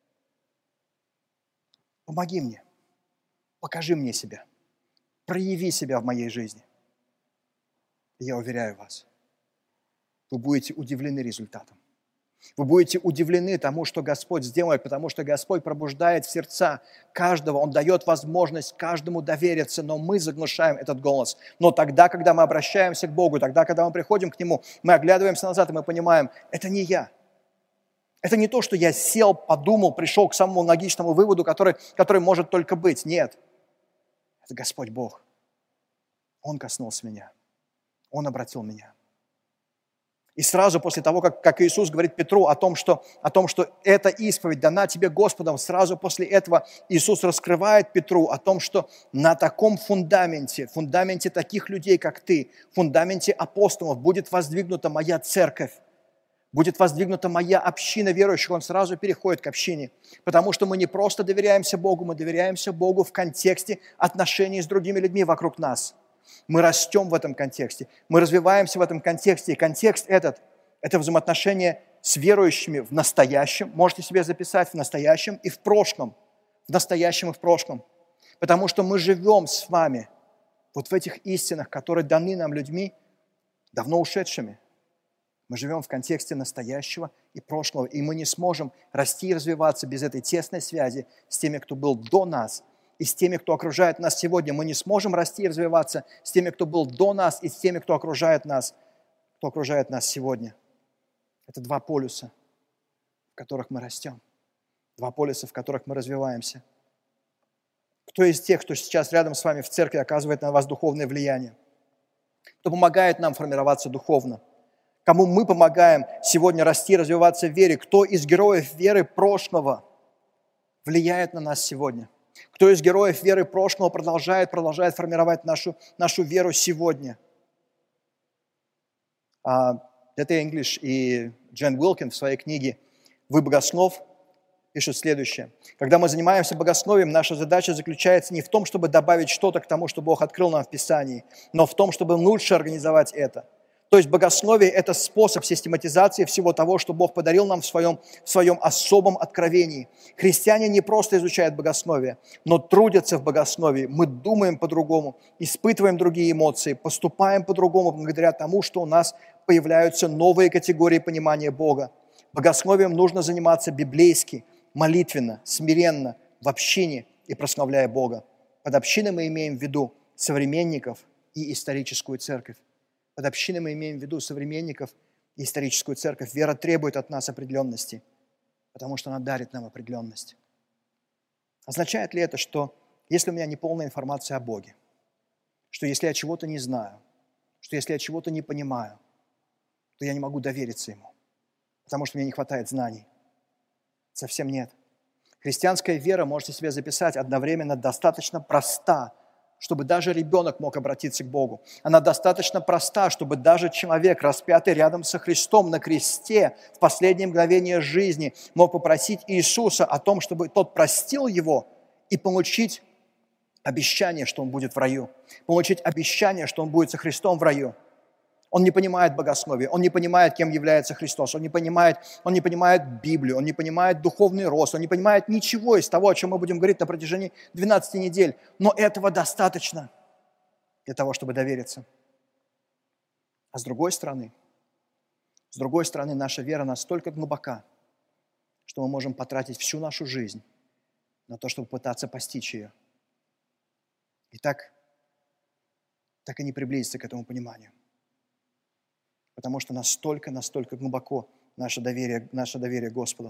Помоги мне. Покажи мне себя. Прояви себя в моей жизни. И я уверяю вас, вы будете удивлены результатом. Вы будете удивлены тому, что Господь сделает, потому что Господь пробуждает сердца каждого. Он дает возможность каждому довериться, но мы заглушаем этот голос. Но тогда, когда мы обращаемся к Богу, тогда, когда мы приходим к Нему, мы оглядываемся назад, и мы понимаем, это не я. Это не то, что я сел, подумал, пришел к самому логичному выводу, который, который может только быть. Нет. Это Господь Бог. Он коснулся меня. Он обратил меня. И сразу после того, как, как Иисус говорит Петру о том, что, о том, что эта исповедь дана тебе Господом, сразу после этого Иисус раскрывает Петру о том, что на таком фундаменте, фундаменте таких людей, как ты, фундаменте апостолов, будет воздвигнута моя церковь. будет воздвигнута моя община верующих, он сразу переходит к общине. Потому что мы не просто доверяемся Богу, мы доверяемся Богу в контексте отношений с другими людьми вокруг нас. Мы растем в этом контексте, мы развиваемся в этом контексте. И контекст этот – это взаимоотношения с верующими в настоящем. Можете себе записать в настоящем и в прошлом. В настоящем и в прошлом. Потому что мы живем с вами вот в этих истинах, которые даны нам людьми, давно ушедшими. Мы живем в контексте настоящего и прошлого, и мы не сможем расти и развиваться без этой тесной связи с теми, кто был до нас, и с теми, кто окружает нас сегодня. Мы не сможем расти и развиваться с теми, кто был до нас, и с теми, кто окружает нас, кто окружает нас сегодня. Это два полюса, в которых мы растем, два полюса, в которых мы развиваемся. Кто из тех, кто сейчас рядом с вами в церкви, оказывает на вас духовное влияние? Кто помогает нам формироваться духовно? Кому мы помогаем сегодня расти, развиваться в вере? Кто из героев веры прошлого влияет на нас сегодня? Кто из героев веры прошлого продолжает, продолжает формировать нашу, нашу веру сегодня? Дэте Инглиш и Джен Уилкин в своей книге «Вы богослов» пишут следующее. Когда мы занимаемся богословием, наша задача заключается не в том, чтобы добавить что-то к тому, что Бог открыл нам в Писании, но в том, чтобы лучше организовать это. То есть богословие – это способ систематизации всего того, что Бог подарил нам в своем, в своем особом откровении. Христиане не просто изучают богословие, но трудятся в богословии. Мы думаем по-другому, испытываем другие эмоции, поступаем по-другому благодаря тому, что у нас появляются новые категории понимания Бога. Богословием нужно заниматься библейски, молитвенно, смиренно, в общине и прославляя Бога. Под общиной мы имеем в виду современников и историческую церковь. Под общиной мы имеем в виду современников и историческую церковь. Вера требует от нас определенности, потому что она дарит нам определенность. Означает ли это, что если у меня неполная информация о Боге, что если я чего-то не знаю, что если я чего-то не понимаю, то я не могу довериться Ему, потому что мне не хватает знаний? Совсем нет. Христианская вера, можете себе записать, одновременно достаточно проста, чтобы даже ребенок мог обратиться к Богу. Она достаточно проста, чтобы даже человек, распятый рядом со Христом на кресте, в последнее мгновение жизни, мог попросить Иисуса о том, чтобы тот простил его и получить обещание, что он будет в раю. Получить обещание, что он будет со Христом в раю. Он не понимает богословие, он не понимает, кем является Христос, он не понимает, он не понимает Библию, он не понимает духовный рост, он не понимает ничего из того, о чем мы будем говорить на протяжении двенадцати недель. Но этого достаточно для того, чтобы довериться. А с другой стороны, с другой стороны, наша вера настолько глубока, что мы можем потратить всю нашу жизнь на то, чтобы пытаться постичь ее. И так, так и не приблизиться к этому пониманию. Потому что настолько, настолько глубоко наше доверие, наше доверие Господу.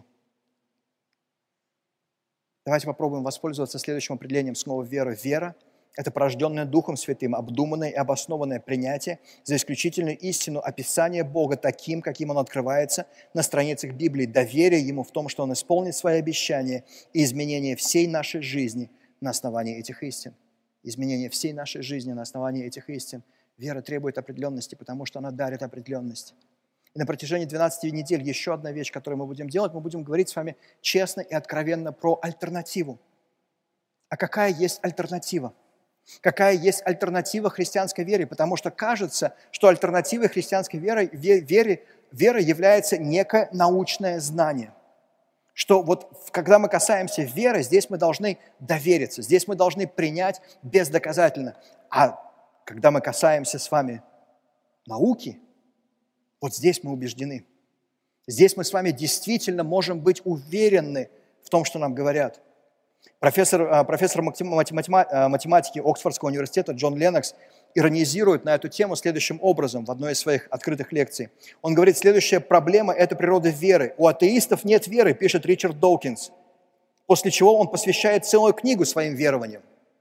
Давайте попробуем воспользоваться следующим определением снова веры. Вера – это порожденное Духом Святым, обдуманное и обоснованное принятие за исключительную истину описания Бога таким, каким Он открывается на страницах Библии. Доверие Ему в том, что Он исполнит свои обещания и изменение всей нашей жизни на основании этих истин. Изменение всей нашей жизни на основании этих истин. Вера требует определенности, потому что она дарит определенность. И на протяжении двенадцати недель еще одна вещь, которую мы будем делать, мы будем говорить с вами честно и откровенно про альтернативу. А какая есть альтернатива? Какая есть альтернатива христианской вере? Потому что кажется, что альтернативой христианской веры, вере, веры является некое научное знание. Что вот когда мы касаемся веры, здесь мы должны довериться, здесь мы должны принять бездоказательно. А когда мы касаемся с вами науки, вот здесь мы убеждены. Здесь мы с вами действительно можем быть уверены в том, что нам говорят. Профессор, профессор математики Оксфордского университета Джон Леннокс иронизирует на эту тему следующим образом в одной из своих открытых лекций. Он говорит, следующая проблема – это природа веры. У атеистов нет веры, пишет Ричард Доукинс, после чего он посвящает целую книгу своим верованиям.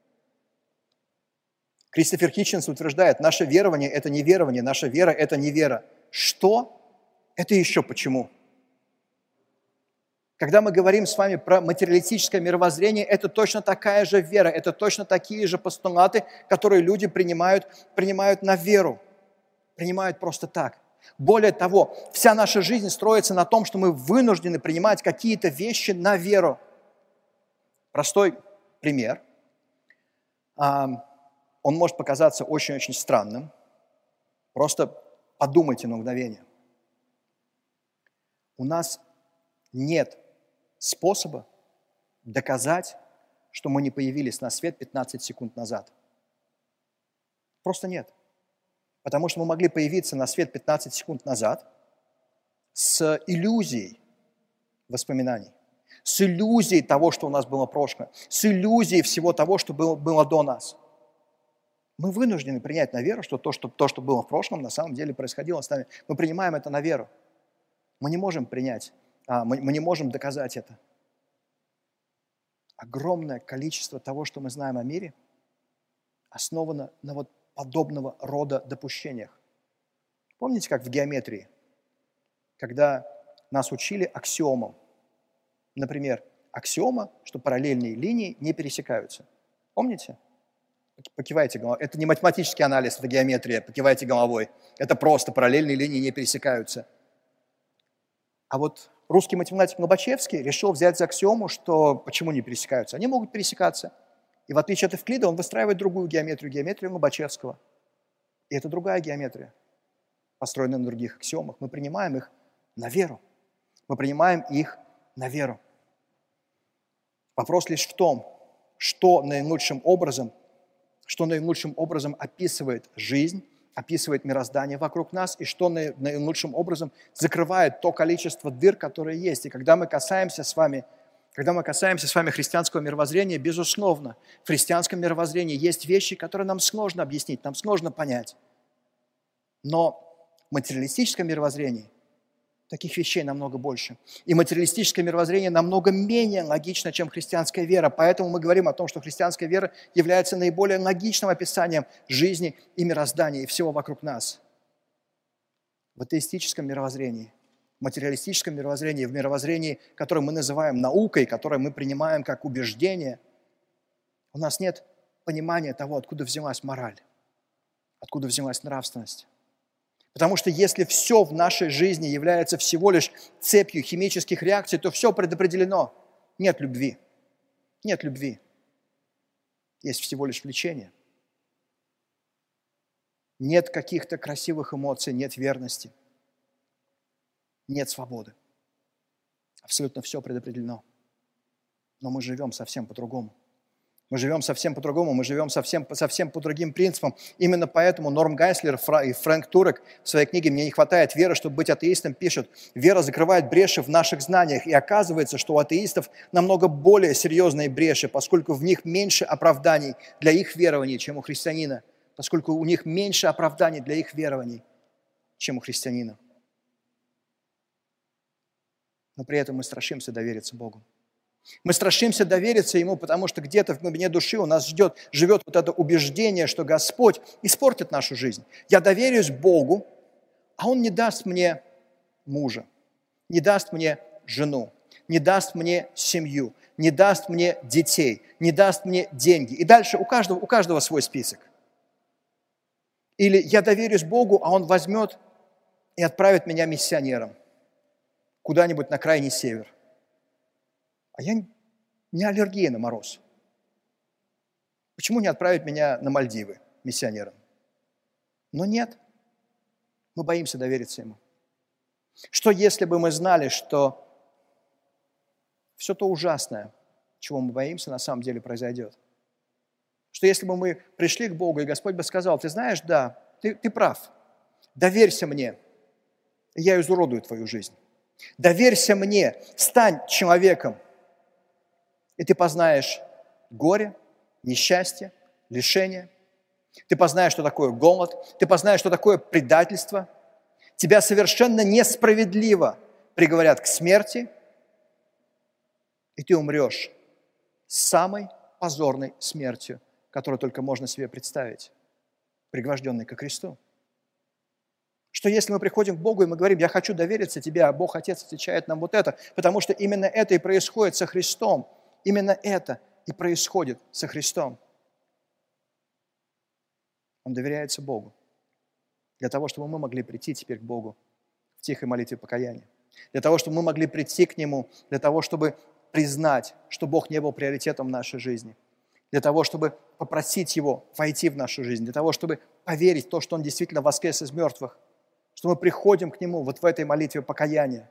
Кристофер Хитчинс утверждает, наше верование – это не верование, наша вера – это не вера. Что? Это еще почему? Когда мы говорим с вами про материалистическое мировоззрение, это точно такая же вера, это точно такие же постулаты, которые люди принимают, принимают на веру, принимают просто так. Более того, вся наша жизнь строится на том, что мы вынуждены принимать какие-то вещи на веру. Простой пример. Он может показаться очень-очень странным. Просто подумайте на мгновение. У нас нет способа доказать, что мы не появились на свет пятнадцать секунд назад. Просто нет. Потому что мы могли появиться на свет пятнадцать секунд назад с иллюзией воспоминаний, с иллюзией того, что у нас было прошлое, с иллюзией всего того, что было, было до нас. Мы вынуждены принять на веру, что то, что то, что было в прошлом, на самом деле происходило с нами. Мы принимаем это на веру. Мы не можем принять, а, мы, мы не можем доказать это. Огромное количество того, что мы знаем о мире, основано на вот подобного рода допущениях. Помните, как в геометрии, когда нас учили аксиомам? Например, аксиома, что параллельные линии не пересекаются. Помните? Покивайте головой. Это не математический анализ, это геометрия. Покивайте головой. Это просто параллельные линии не пересекаются. А вот русский математик Лобачевский решил взять за аксиому, что почему не пересекаются. Они могут пересекаться. И в отличие от Эвклида, он выстраивает другую геометрию, геометрию Лобачевского. И это другая геометрия, построенная на других аксиомах. Мы принимаем их на веру. Мы принимаем их на веру. Вопрос лишь в том, что наилучшим образом, что наилучшим образом описывает жизнь, описывает мироздание вокруг нас, и что наилучшим образом закрывает то количество дыр, которые есть. И когда мы касаемся с вами Когда мы касаемся с вами христианского мировоззрения, безусловно, в христианском мировоззрении есть вещи, которые нам сложно объяснить, нам сложно понять. Но в материалистическом мировоззрении таких вещей намного больше. И материалистическое мировоззрение намного менее логично, чем христианская вера. Поэтому мы говорим о том, что христианская вера является наиболее логичным описанием жизни и мироздания, и всего вокруг нас. В атеистическом мировоззрении, в материалистическом мировоззрении, в мировоззрении, которое мы называем наукой, которое мы принимаем как убеждение, у нас нет понимания того, откуда взялась мораль, откуда взялась нравственность. Потому что если все в нашей жизни является всего лишь цепью химических реакций, то все предопределено. Нет любви. Нет любви. Есть всего лишь влечение. Нет каких-то красивых эмоций, нет верности. Нет свободы. Абсолютно все предопределено. Но мы живем совсем по-другому. Мы живем совсем по-другому, мы живем совсем, совсем по другим принципам. Именно поэтому Норм Гайслер и Фрэнк Турек в своей книге «Мне не хватает веры, чтобы быть атеистом» пишут: «Вера закрывает бреши в наших знаниях, и оказывается, что у атеистов намного более серьезные бреши, поскольку в них меньше оправданий для их верований, чем у христианина, поскольку у них меньше оправданий для их верований, чем у христианина». Но при этом мы страшимся довериться Богу. Мы страшимся довериться Ему, потому что где-то в глубине души у нас ждет, живет вот это убеждение, что Господь испортит нашу жизнь. Я доверюсь Богу, а Он не даст мне мужа, не даст мне жену, не даст мне семью, не даст мне детей, не даст мне деньги. И дальше у каждого, у каждого свой список. Или я доверюсь Богу, а Он возьмет и отправит меня миссионером куда-нибудь на крайний север. А я не аллергия на мороз. Почему не отправить меня на Мальдивы миссионером? Но нет, мы боимся довериться Ему. Что если бы мы знали, что все то ужасное, чего мы боимся, на самом деле произойдет? Что если бы мы пришли к Богу, и Господь бы сказал: ты знаешь, да, ты, ты прав, доверься мне, и я изуродую твою жизнь. Доверься мне, стань человеком, и ты познаешь горе, несчастье, лишение. Ты познаешь, что такое голод. Ты познаешь, что такое предательство. Тебя совершенно несправедливо приговорят к смерти, и ты умрешь самой позорной смертью, которую только можно себе представить, пригвожденной ко кресту. Что если мы приходим к Богу, и мы говорим: я хочу довериться Тебе, а Бог Отец отвечает нам вот это, потому что именно это и происходит со Христом. Именно это и происходит со Христом. Он доверяется Богу. Для того, чтобы мы могли прийти теперь к Богу в тихой молитве покаяния. Для того, чтобы мы могли прийти к Нему, для того, чтобы признать, что Бог не был приоритетом в нашей жизни. Для того, чтобы попросить Его войти в нашу жизнь. Для того, чтобы поверить в то, что Он действительно воскрес из мертвых. Что мы приходим к Нему вот в этой молитве покаяния.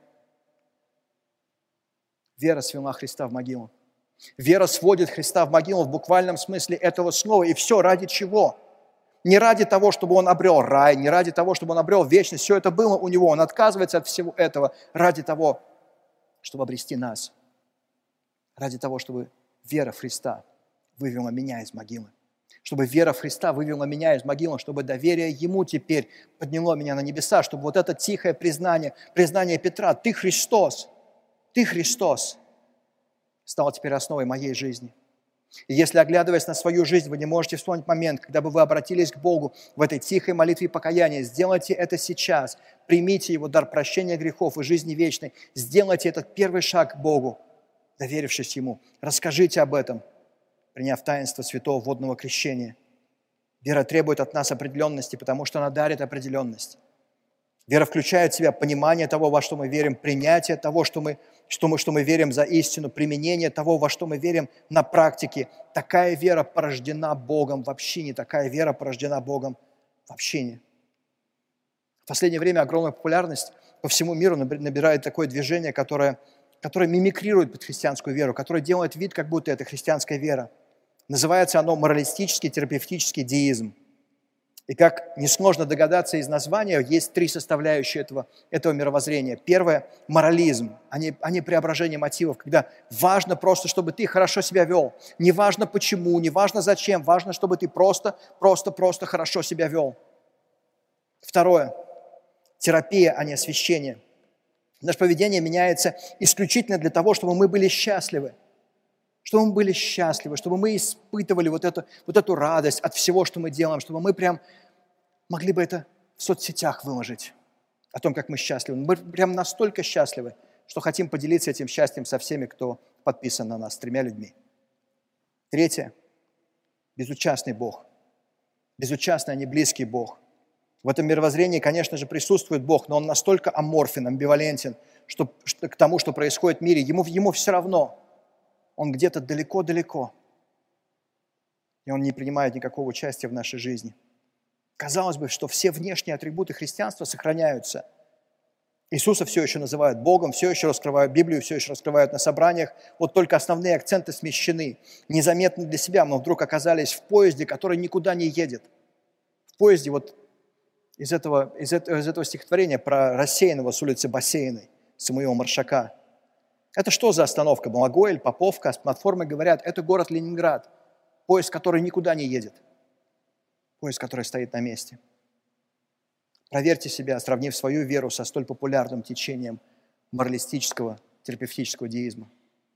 Вера свела Христа в могилу. Вера сводит Христа в могилу в буквальном смысле этого слова. И все ради чего? Не ради того, чтобы Он обрел рай, не ради того, чтобы Он обрел вечность. Все это было у Него. Он отказывается от всего этого ради того, чтобы обрести нас. Ради того, чтобы вера в Христа вывела меня из могилы. Чтобы вера в Христа вывела меня из могилы, чтобы доверие Ему теперь подняло меня на небеса, чтобы вот это тихое признание, признание Петра, «Ты Христос, Ты Христос», стало теперь основой моей жизни. И если, оглядываясь на свою жизнь, вы не можете вспомнить момент, когда бы вы обратились к Богу в этой тихой молитве покаяния, сделайте это сейчас, примите Его дар прощения грехов и жизни вечной, сделайте этот первый шаг к Богу, доверившись Ему, расскажите об этом, приняв таинство святого водного крещения. Вера требует от нас определенности, потому что она дарит определенность. Вера включает в себя понимание того, во что мы верим, принятие того, что мы, что мы, что мы верим за истину, применение того, во что мы верим на практике. Такая вера порождена Богом в общине, такая вера порождена Богом в общине. В последнее время огромная популярность по всему миру набирает такое движение, которое, которое мимикрирует под христианскую веру, которое делает вид, как будто это христианская вера. Называется оно моралистический терапевтический деизм. И как несложно догадаться из названия, есть три составляющие этого, этого мировоззрения. Первое – морализм, а не, а не преображение мотивов, когда важно просто, чтобы ты хорошо себя вел. Не важно почему, не важно зачем, важно, чтобы ты просто, просто, просто хорошо себя вел. Второе – терапия, а не освящение. Наше поведение меняется исключительно для того, чтобы мы были счастливы. Чтобы мы были счастливы, чтобы мы испытывали вот эту, вот эту радость от всего, что мы делаем, чтобы мы прям могли бы это в соцсетях выложить, о том, как мы счастливы. Мы прям настолько счастливы, что хотим поделиться этим счастьем со всеми, кто подписан на нас, с тремя людьми. Третье – безучастный Бог. Безучастный, а не близкий Бог. В этом мировоззрении, конечно же, присутствует Бог, но Он настолько аморфен, амбивалентен, что, что, к тому, что происходит в мире, ему, ему все равно. Он где-то далеко-далеко, и Он не принимает никакого участия в нашей жизни. Казалось бы, что все внешние атрибуты христианства сохраняются. Иисуса все еще называют Богом, все еще раскрывают Библию, все еще раскрывают на собраниях. Вот только основные акценты смещены. Незаметно для себя, но вдруг оказались в поезде, который никуда не едет. В поезде вот из этого, из этого, из этого стихотворения про рассеянного с улицы Бассейной, Самуила Маршака. Это что за остановка? Балагойль, Поповка, с платформы говорят, это город Ленинград. Поезд, который никуда не едет. Поезд, который стоит на месте. Проверьте себя, сравнив свою веру со столь популярным течением моралистического, терапевтического деизма.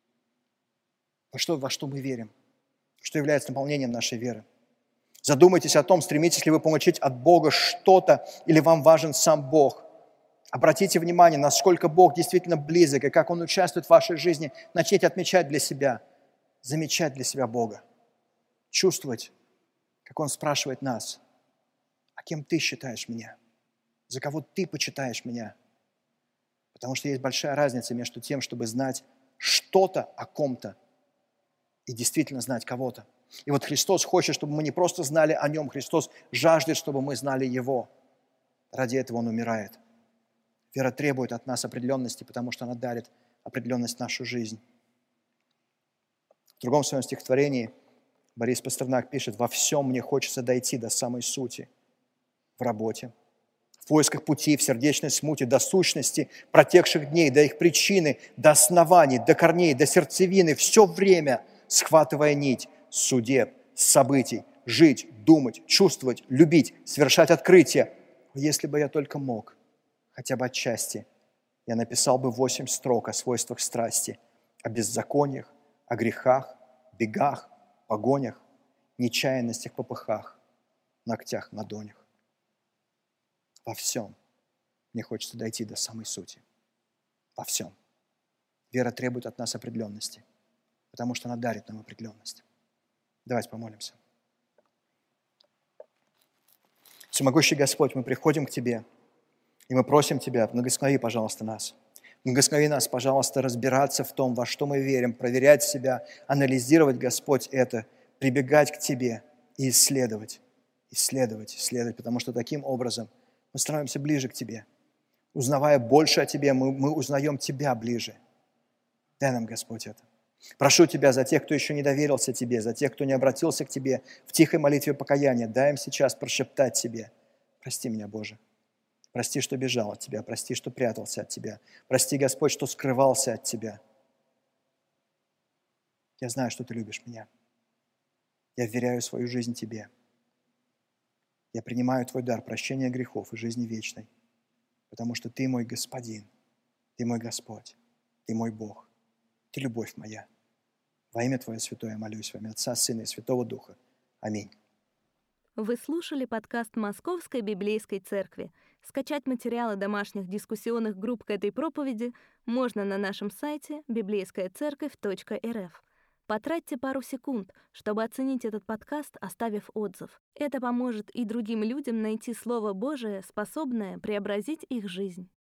Во что, во что мы верим? Что является наполнением нашей веры? Задумайтесь о том, стремитесь ли вы получить от Бога что-то, или вам важен сам Бог. Обратите внимание, насколько Бог действительно близок, и как Он участвует в вашей жизни. Начните отмечать для себя, замечать для себя Бога. Чувствовать, как Он спрашивает нас, а кем ты считаешь меня? За кого ты почитаешь меня? Потому что есть большая разница между тем, чтобы знать что-то о ком-то и действительно знать кого-то. И вот Христос хочет, чтобы мы не просто знали о Нем, Христос жаждет, чтобы мы знали Его. Ради этого Он умирает. Вера требует от нас определенности, потому что она дарит определенность в нашу жизнь. В другом своем стихотворении Борис Пастернак пишет: «Во всем мне хочется дойти до самой сути. В работе, в поисках пути, в сердечной смуте, до сущности протекших дней, до их причины, до оснований, до корней, до сердцевины, все время схватывая нить судеб, событий, жить, думать, чувствовать, любить, совершать открытия. Если бы я только мог, хотя бы отчасти, я написал бы восемь строк о свойствах страсти, о беззакониях, о грехах, бегах, погонях, нечаянностях, попыхах, ногтях, ладонях. Во всем мне хочется дойти до самой сути. Во всем. Вера требует от нас определенности, потому что она дарит нам определенность. Давайте помолимся. Всемогущий Господь, мы приходим к Тебе, и мы просим Тебя, благослови, пожалуйста, нас. Благослови нас, пожалуйста, разбираться в том, во что мы верим, проверять себя, анализировать, Господь, это, прибегать к Тебе и исследовать, исследовать, исследовать, потому что таким образом мы становимся ближе к Тебе. Узнавая больше о Тебе, мы, мы узнаем Тебя ближе. Дай нам, Господь, это. Прошу Тебя за тех, кто еще не доверился Тебе, за тех, кто не обратился к Тебе в тихой молитве покаяния, дай им сейчас прошептать Тебе: прости меня, Боже. Прости, что бежал от Тебя, прости, что прятался от Тебя. Прости, Господь, что скрывался от Тебя. Я знаю, что Ты любишь меня. Я вверяю свою жизнь Тебе. Я принимаю Твой дар прощения грехов и жизни вечной, потому что Ты мой Господин, Ты мой Господь, Ты мой Бог, Ты любовь моя. Во имя Твое святое молюсь, во имя Отца, Сына и Святого Духа. Аминь. Вы слушали подкаст Московской Библейской Церкви. Скачать материалы домашних дискуссионных групп к этой проповеди можно на нашем сайте библейская церковь точка эр эф. Потратьте пару секунд, чтобы оценить этот подкаст, оставив отзыв. Это поможет и другим людям найти Слово Божие, способное преобразить их жизнь.